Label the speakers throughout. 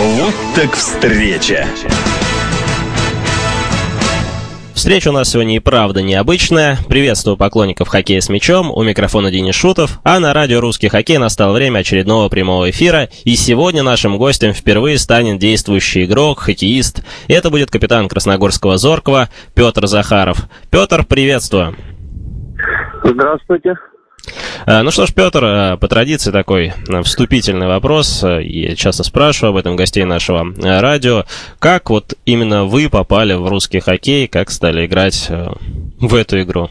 Speaker 1: Вот так встреча!
Speaker 2: Встреча у нас сегодня и правда необычная. Приветствую поклонников хоккея с мячом. У микрофона Денис Шутов. А на радио «Русский хоккей» настало время очередного прямого эфира. И сегодня нашим гостем впервые станет действующий игрок, хоккеист. И это будет капитан красногорского «Зоркова» Петр Захаров. Петр, приветствую.
Speaker 3: Здравствуйте.
Speaker 2: Ну что ж, Петр, по традиции такой вступительный вопрос. Я часто спрашиваю об этом гостей нашего радио. Как вот именно вы попали в русский хоккей, как стали играть в эту игру?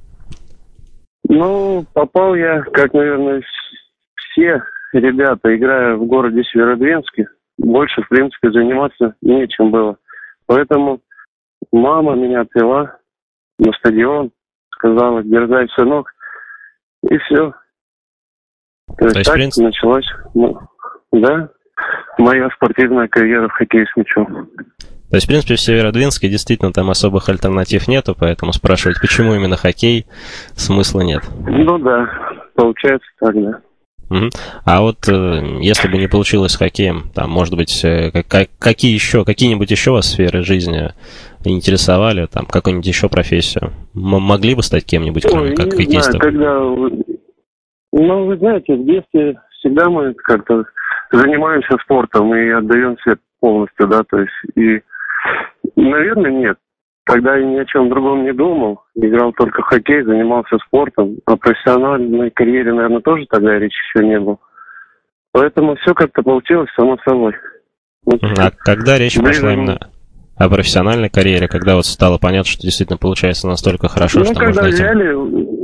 Speaker 3: Ну, попал я, как, наверное, все ребята, играя в городе Северодвинске. Больше, в принципе, заниматься нечем было. Поэтому мама меня отвела на стадион, сказала: дерзай, сынок. И все. То есть так началась, да, моя спортивная карьера в хоккее с мячом.
Speaker 2: То есть, в принципе, в Северодвинске действительно там особых альтернатив нету, поэтому спрашивать, почему именно хоккей, смысла нет.
Speaker 3: Ну да, получается так, да.
Speaker 2: Угу. А вот если бы не получилось с хоккеем, там, может быть, какие-нибудь еще вас сферы жизни интересовали, там, какую-нибудь еще профессию? Могли бы стать кем-нибудь, кроме как хоккеистов?
Speaker 3: Ну, вы знаете, в детстве всегда мы как-то занимаемся спортом и отдаемся полностью, да, то есть, и, наверное, нет. Тогда я ни о чем другом не думал, играл только в хоккей, занимался спортом, о профессиональной карьере, наверное, тоже тогда речи еще не было. Поэтому все как-то получилось само собой. Вот.
Speaker 2: А когда речь пошла именно о профессиональной карьере, когда вот стало понятно, что действительно получается настолько хорошо, что
Speaker 3: когда
Speaker 2: можно
Speaker 3: взяли,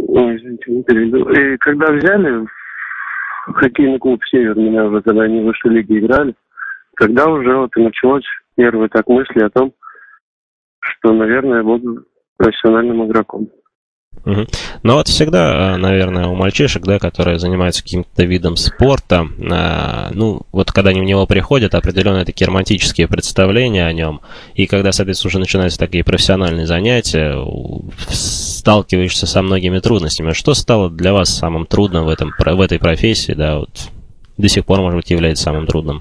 Speaker 3: и когда взяли в хоккейный клуб «Север», меня уже, когда они в высшей лиге играли, тогда уже вот и началось первые так мысли о том, что, наверное, я буду профессиональным игроком.
Speaker 2: Угу. Но вот всегда, наверное, у мальчишек, да, которые занимаются каким-то видом спорта, ну, вот когда они в него приходят, определенные такие романтические представления о нем, и когда, соответственно, уже начинаются такие профессиональные занятия, сталкиваешься со многими трудностями. Что стало для вас самым трудным в этой профессии, да, вот до сих пор, может быть, является самым трудным?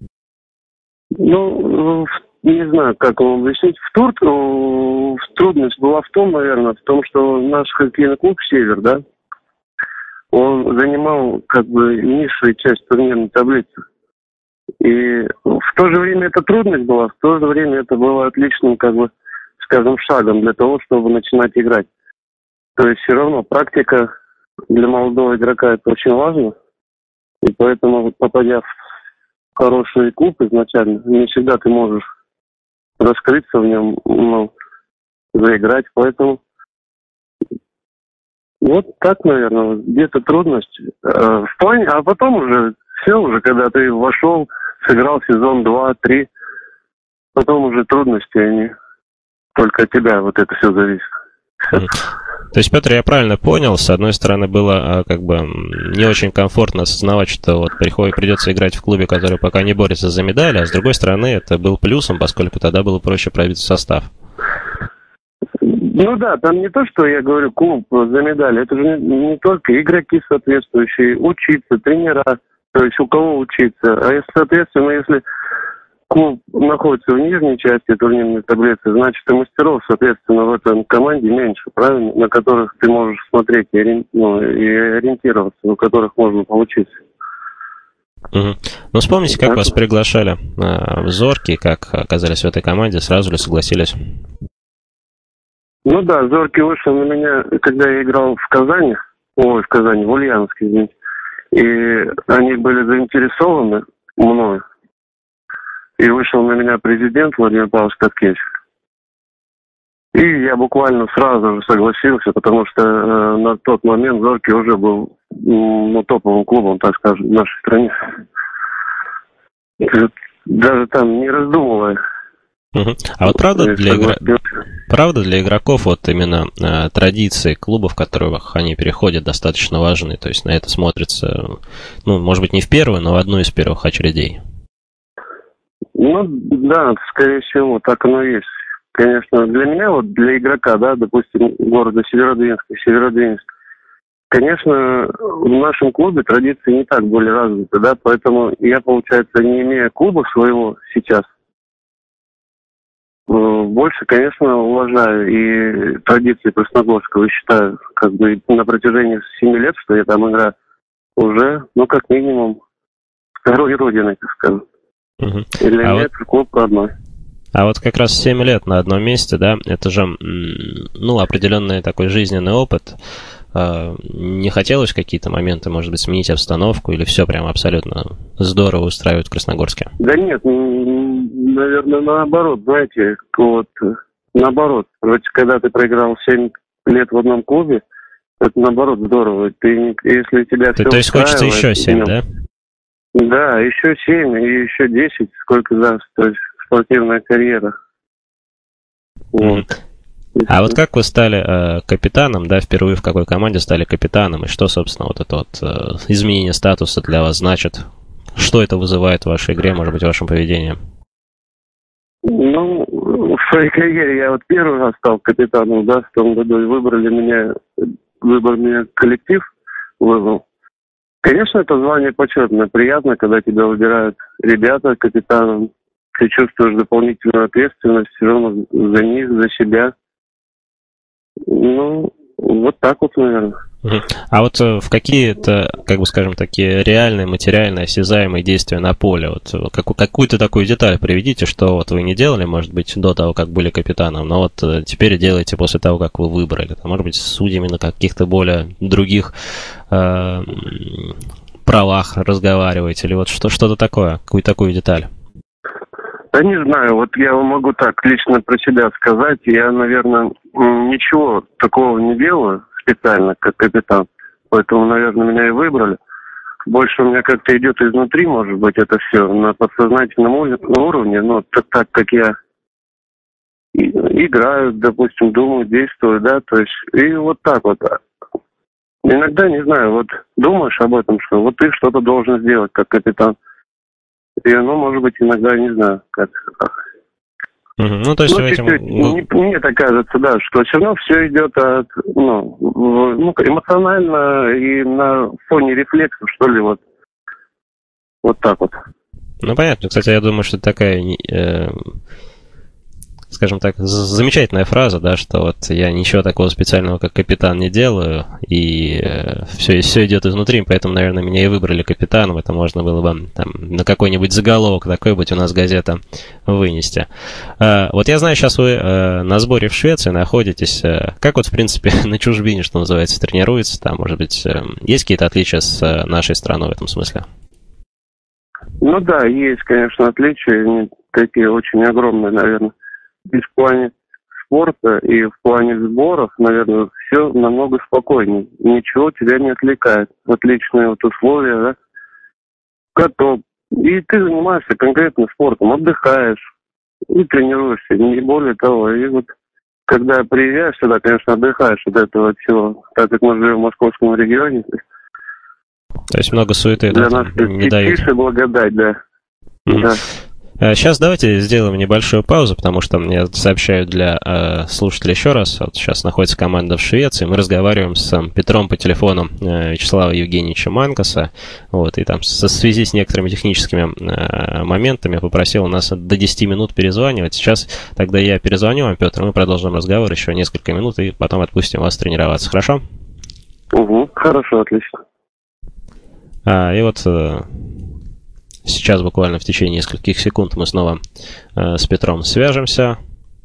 Speaker 3: Ну, не знаю, как вам объяснить. Трудность была в том, наверное, что наш хоккейный клуб «Север», да, он занимал как бы низшую часть турнирной таблицы. И в то же время это трудность была, в то же время это было отличным, как бы, скажем, шагом для того, чтобы начинать играть. То есть все равно практика для молодого игрока это очень важно. И поэтому, попадя в хороший клуб изначально, не всегда ты можешь раскрыться в нем, ну, заиграть, поэтому вот так, наверное, где-то трудность. В плане, а потом уже все, уже когда ты вошел, сыграл сезон 2-3, потом уже трудности, они только от тебя, вот это все зависит.
Speaker 2: То есть, Петр, я правильно понял, с одной стороны, было как бы не очень комфортно осознавать, что вот придется играть в клубе, который пока не борется за медали, а с другой стороны, это был плюсом, поскольку тогда было проще пробиться в состав.
Speaker 3: Ну да, там не то, что я говорю, клуб за медали, это же не только игроки соответствующие, учиться, тренера, то есть у кого учиться. А если, соответственно, если клуб находится в нижней части турнирной таблицы, значит и мастеров, соответственно, в этом команде меньше, правильно? На которых ты можешь смотреть и ориентироваться, у которых можно поучиться.
Speaker 2: Угу. Ну, вспомните, как вас приглашали в «Зорки», как оказались в этой команде, сразу ли согласились?
Speaker 3: Ну да, «Зорки» вышел на меня, когда я играл в Ульяновске, извините. И они были заинтересованы мною. И вышел на меня президент Владимир Павлович Таткевич. И я буквально сразу же согласился, потому что на тот момент «Зорки» уже был топовым клубом, так скажем, в нашей стране. Даже там не раздумывая.
Speaker 2: Угу. А вот правда для игроков вот именно традиции клубов, в которых они переходят, достаточно важны? То есть на это смотрится, ну, может быть, не в первую, но в одну из первых очередей?
Speaker 3: Ну, да, скорее всего, так оно и есть. Конечно, для меня, вот для игрока, да, допустим, города Северодвинск, конечно, в нашем клубе традиции не так были развиты, да, поэтому я, получается, не имея клуба своего сейчас, больше, конечно, уважаю и традиции Красногорского, и считаю, как бы на протяжении 7 лет, что я там играю, уже, ну, как минимум, второй родиной, так скажем.
Speaker 2: Угу.
Speaker 3: И для меня это клуб родной.
Speaker 2: А вот как раз 7 лет на одном месте, да, это же, ну, определенный такой жизненный опыт. Не хотелось в какие-то моменты, может быть, сменить обстановку, или все прям абсолютно здорово устраивает в Красногорске?
Speaker 3: Да нет, наверное, наоборот, знаете, вот, наоборот. Вот когда ты проиграл 7 лет в одном клубе, это наоборот здорово. Ты, если тебя все
Speaker 2: То есть хочется еще 7, да?
Speaker 3: Да, еще 7 и еще 10, сколько даст, то есть спортивная карьера. Вот.
Speaker 2: А вот как вы стали капитаном, да, впервые в какой команде стали капитаном, и что, собственно, вот это вот изменение статуса для вас значит? Что это вызывает в вашей игре, может быть, в вашем поведении?
Speaker 3: Ну, в своей карьере я вот первый раз стал капитаном, да, в том году, и выбор меня коллектив выбрал. Конечно, это звание почетное, приятно, когда тебя выбирают ребята капитаном, ты чувствуешь дополнительную ответственность все равно за них, за себя. Ну, вот так вот, наверное.
Speaker 2: А вот в какие-то, как бы скажем, такие реальные, материальные, осязаемые действия на поле, вот какую-то такую деталь приведите, что вот вы не делали, может быть, до того, как были капитаном, но вот теперь делаете после того, как вы выбрали. Может быть, с судьями на каких-то более других правах разговариваете, или вот что-то такое, какую-то такую деталь.
Speaker 3: Да не знаю, вот я могу так лично про себя сказать. Я, наверное, ничего такого не делаю специально, как капитан. Поэтому, наверное, меня и выбрали. Больше у меня как-то идет изнутри, может быть, это все на подсознательном уровне. Но так как я играю, допустим, думаю, действую, да, то есть и вот так вот. Иногда, не знаю, вот думаешь об этом, что вот ты что-то должен сделать, как капитан. И оно, может быть, иногда, не знаю, как.
Speaker 2: Ну, то есть
Speaker 3: мне так кажется, да, что все равно все идет от, эмоционально и на фоне рефлексов, что ли, вот так вот.
Speaker 2: Ну, понятно. Кстати, я думаю, что это такая, скажем так, замечательная фраза, да, что вот я ничего такого специального, как капитан, не делаю, и все идет изнутри, поэтому, наверное, меня и выбрали капитаном. Это можно было бы там на какой-нибудь заголовок такой быть у нас газета вынести. Вот я знаю, сейчас вы на сборе в Швеции находитесь. Как вот, в принципе, на чужбине, что называется, тренируется там? Может быть, есть какие-то отличия с нашей страной в этом смысле?
Speaker 3: Ну да, есть, конечно, отличия, они такие очень огромные, наверное. И в плане спорта, и в плане сборов, наверное, все намного спокойнее. Ничего тебя не отвлекает. Отличные вот условия, да. Каток. И ты занимаешься конкретно спортом, отдыхаешь и тренируешься, не более того. И вот когда приезжаешь сюда, конечно, отдыхаешь от этого всего, так как мы живем в московском регионе.
Speaker 2: То есть много суеты,
Speaker 3: для
Speaker 2: да,
Speaker 3: нас
Speaker 2: не дают.
Speaker 3: Тише благодать, да. Да.
Speaker 2: Сейчас давайте сделаем небольшую паузу, потому что мне сообщают для слушателей еще раз. Вот сейчас находится команда в Швеции. Мы разговариваем с Петром по телефону Вячеслава Евгеньевича Манкаса. Вот, и там в связи с некоторыми техническими моментами попросил нас до 10 минут перезванивать. Сейчас тогда я перезвоню вам, Петр, мы продолжим разговор еще несколько минут и потом отпустим вас тренироваться. Хорошо?
Speaker 3: Угу, хорошо, отлично.
Speaker 2: И вот сейчас буквально в течение нескольких секунд мы снова с Петром свяжемся.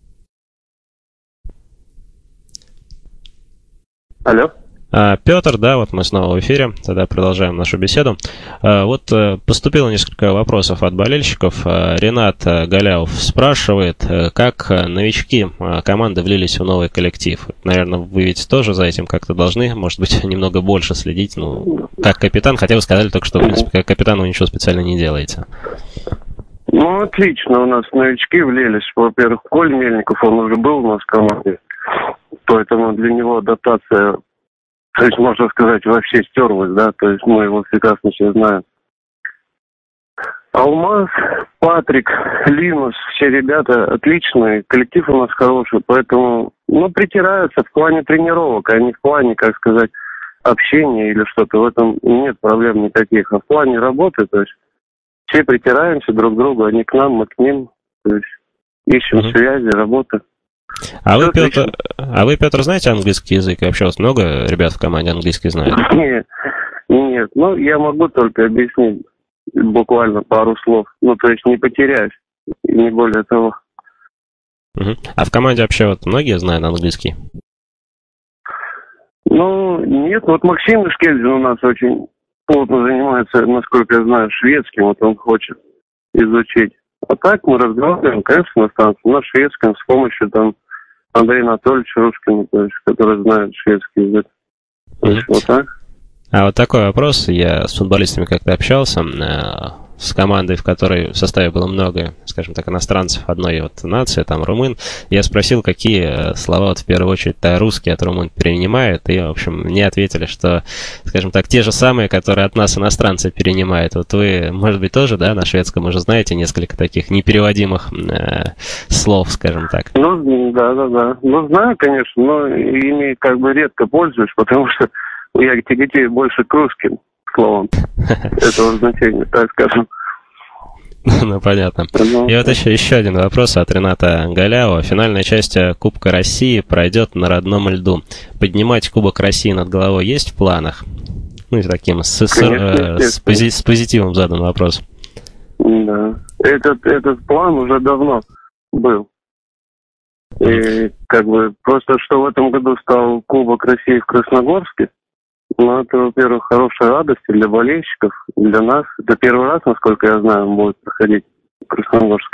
Speaker 3: Алло.
Speaker 2: Петр, да, вот мы снова в эфире, тогда продолжаем нашу беседу. Вот поступило несколько вопросов от болельщиков. Ренат Галяов спрашивает, как новички команды влились в новый коллектив. Наверное, вы ведь тоже за этим как-то должны, может быть, немного больше следить. Ну, как капитан, хотя вы сказали только что, в принципе, как капитан вы ничего специально не делаете.
Speaker 3: Ну, отлично, у нас новички влились. Во-первых, Коль Мельников, он уже был у нас в команде, поэтому для него адаптация, то есть, можно сказать, вообще стерлась, да, то есть мы его прекрасно все знаем. Алмаз, Патрик, Линус, все ребята отличные, коллектив у нас хороший, поэтому, притираются в плане тренировок, а не в плане, как сказать, общения или что-то, в этом нет проблем никаких. А в плане работы, то есть все притираемся друг к другу, они к нам, мы к ним, то есть ищем связи, работы.
Speaker 2: А вы, Петр, знаете английский язык? Вообще у вас много ребят в команде английский знают?
Speaker 3: Нет, ну я могу только объяснить буквально пару слов, ну то есть не потеряюсь, и не более того.
Speaker 2: А в команде вообще вот многие знают английский?
Speaker 3: Ну, нет, вот Максим Ишкельдин у нас очень плотно занимается, насколько я знаю, шведским, вот он хочет изучить. А так мы разговариваем, конечно, иностранцем, на шведском с помощью там Андрея Анатольевича Рушкина, то есть, который знает шведский язык. То есть, вот так.
Speaker 2: А вот такой вопрос. Я с футболистами как-то общался, с командой, в которой в составе было много, скажем так, иностранцев одной вот нации, там румын. Я спросил, какие слова вот в первую очередь русские от румын перенимают, и, в общем, мне ответили, что, скажем так, те же самые, которые от нас иностранцы перенимают. Вот вы, может быть, тоже, да, на шведском уже знаете несколько таких непереводимых слов, скажем так?
Speaker 3: Ну, да. Ну, знаю, конечно, но ими как бы редко пользуюсь, потому что я тяготею больше к русским словам этого значения, так скажем.
Speaker 2: Ну, понятно. И вот еще один вопрос от Рената Галяова. Финальная часть Кубка России пройдет на родном льду. Поднимать Кубок России над головой есть в планах? Ну, и таким с позитивом задан вопрос.
Speaker 3: Да. Этот план уже давно был. И как бы просто что в этом году стал Кубок России в Красногорске, ну, это, во-первых, хорошая радость для болельщиков, для нас. Это первый раз, насколько я знаю, он будет проходить в Красногорске.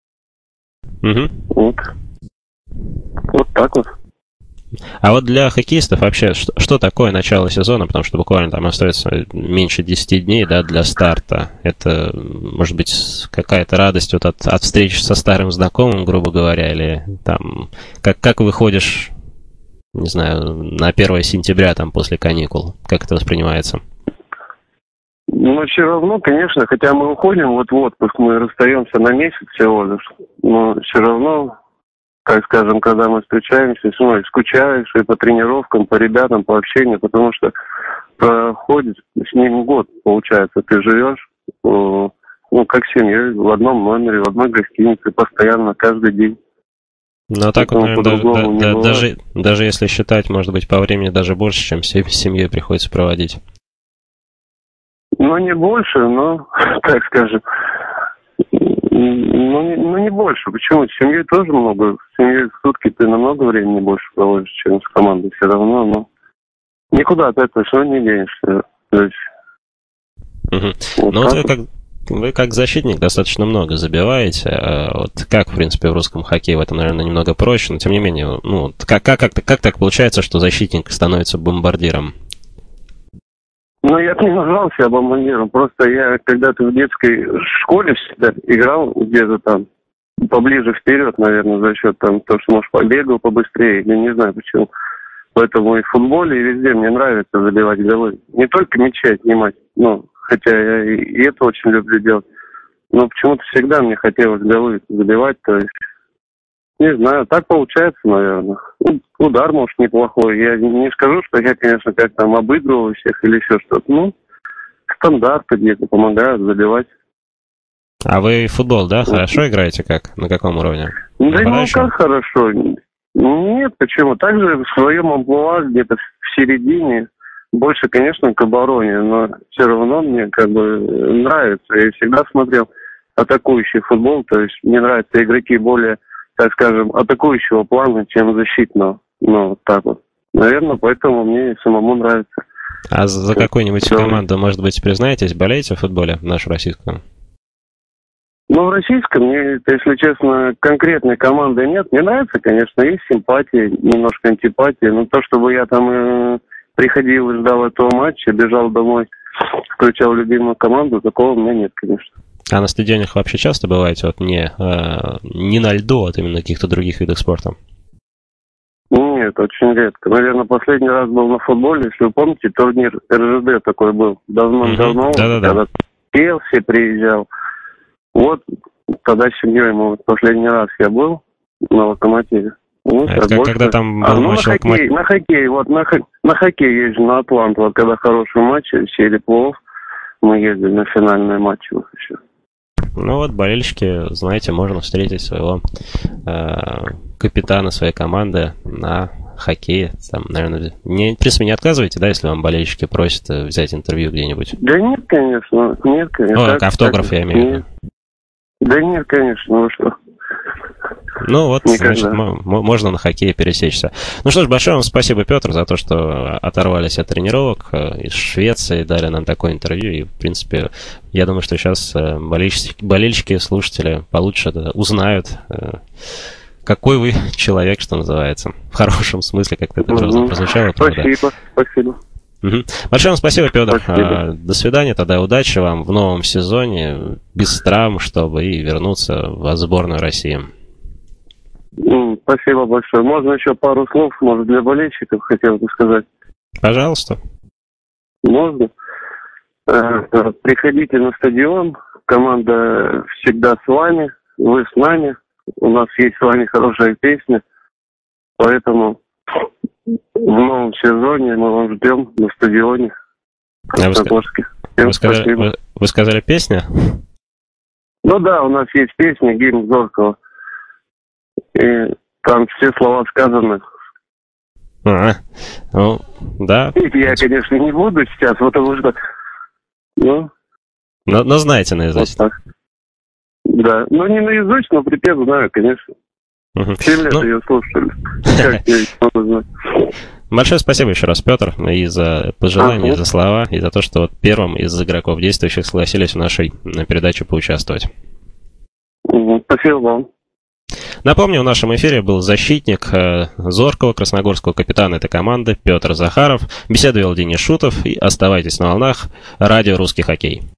Speaker 3: Вот так вот.
Speaker 2: А вот для хоккеистов вообще, что такое начало сезона? Потому что буквально там остается меньше 10 дней, да, для старта. Это, может быть, какая-то радость вот от встречи со старым знакомым, грубо говоря, или там, как выходишь, не знаю, на 1 сентября там после каникул? Как это воспринимается?
Speaker 3: Ну, все равно, конечно, хотя мы уходим вот в отпуск, мы расстаемся на месяц всего лишь, но все равно, как скажем, когда мы встречаемся, скучаешь и по тренировкам, по ребятам, по общению, потому что проходит с ним год, получается, ты живешь, ну, как семьей, в одном номере, в одной гостинице, постоянно, каждый день.
Speaker 2: Ну, так вот, наверное, даже если считать, может быть, по времени даже больше, чем с семьей приходится проводить.
Speaker 3: Ну, не больше, но, так скажем, не больше. Почему? С семьей тоже много. С семьей в сутки ты намного времени больше проводишь, чем с командой. Все равно, но никуда от этого все не денешься. То есть, вот
Speaker 2: ну, вот вы как защитник достаточно много забиваете. Вот как, в принципе, в русском хоккее в этом, наверное, немного проще, но тем не менее, ну, как так получается, что защитник становится бомбардиром?
Speaker 3: Ну, я не назвал себя бомбардиром. Просто я когда-то в детской школе всегда играл где-то там поближе вперед, наверное, за счет там того, что, может, побегал побыстрее, или не знаю почему. Поэтому и в футболе, и везде мне нравится забивать голы. Не только мячи отнимать, ну, хотя я и это очень люблю делать. Но почему-то всегда мне хотелось голы забивать, то есть, не знаю, так получается, наверное. Удар, может, неплохой. Я не скажу, что я, конечно, как там обыгрываю всех или еще что-то. Ну, стандарты где-то помогают забивать.
Speaker 2: А вы в футбол, да, хорошо играете как? На каком уровне?
Speaker 3: Да ну как хорошо. Нет, почему? Также в своем амплуа где-то в середине. Больше, конечно, к обороне, но все равно мне как бы нравится. Я всегда смотрел атакующий футбол, то есть мне нравятся игроки более, так скажем, атакующего плана, чем защитного. Ну, вот так вот. Наверное, поэтому мне самому нравится.
Speaker 2: А за какую-нибудь команду, может быть, признаетесь, болеете в футболе, нашу российскую?
Speaker 3: Ну, в российском, мне, если честно, конкретной команды нет. Мне нравится, конечно, есть симпатия, немножко антипатия, но то, чтобы я там приходил и ждал этого матча, бежал домой, включал любимую команду, такого у меня нет, конечно.
Speaker 2: А на стадионах вообще часто бываете, вот не на льду, а именно на каких-то других видах спорта?
Speaker 3: Нет, очень редко. Наверное, последний раз был на футболе, если вы помните, турнир РЖД такой был, давно-давно, когда Челси приезжал. Вот, тогда с семьей последний раз я был на Локомотиве. Ну,
Speaker 2: Это
Speaker 3: больше.
Speaker 2: когда там был матч
Speaker 3: на хоккей, вот на хоккей езжу на Атланту, вот когда хороший матч, сели плов, мы ездили на финальные матчи еще.
Speaker 2: Ну вот, болельщики, знаете, можно встретить своего капитана своей команды на хоккее. Там, наверное, в принципе, не отказываете, да, если вам болельщики просят взять интервью где-нибудь?
Speaker 3: Да нет, конечно.
Speaker 2: Ну, автограф я имею в виду.
Speaker 3: Да нет, конечно, вы что.
Speaker 2: Ну вот,
Speaker 3: Никогда.
Speaker 2: значит, можно на хоккее пересечься. Ну что ж, большое вам спасибо, Петр, за то, что оторвались от тренировок из Швеции, дали нам такое интервью. И, в принципе, я думаю, что сейчас болельщики, слушатели получше узнают, какой вы человек, что называется. В хорошем смысле, как-то это прозвучало.
Speaker 3: Спасибо.
Speaker 2: Угу. Большое вам спасибо, Петр.
Speaker 3: Спасибо.
Speaker 2: До свидания, тогда удачи вам в новом сезоне, без травм, чтобы и вернуться в сборную России.
Speaker 3: Спасибо большое. Можно еще пару слов, может, для болельщиков хотел бы сказать?
Speaker 2: Пожалуйста.
Speaker 3: Можно? Приходите на стадион, команда всегда с вами, вы с нами, у нас есть с вами хорошая песня, поэтому в новом сезоне мы вас ждем на стадионе в Красногорске.
Speaker 2: Вы сказали песня?
Speaker 3: Ну да, у нас есть песня «Гимн Зоркова». И там все слова сказаны.
Speaker 2: Ну, да.
Speaker 3: Я, конечно, не буду сейчас, потому что...
Speaker 2: Но знаете наизусть.
Speaker 3: Вот так. Да, ну не наизусть, но припев знаю, конечно. 7 лет ее слушали. Как я могу знать.
Speaker 2: Большое спасибо еще раз, Петр, и за пожелания, и за слова, и за то, что вот первым из игроков действующих согласились в нашей передаче поучаствовать.
Speaker 3: Спасибо вам.
Speaker 2: Напомню, в нашем эфире был защитник Зоркова, красногорского капитана этой команды Петр Захаров. Беседовал Денис Шутов. И оставайтесь на волнах. Радио «Русский хоккей».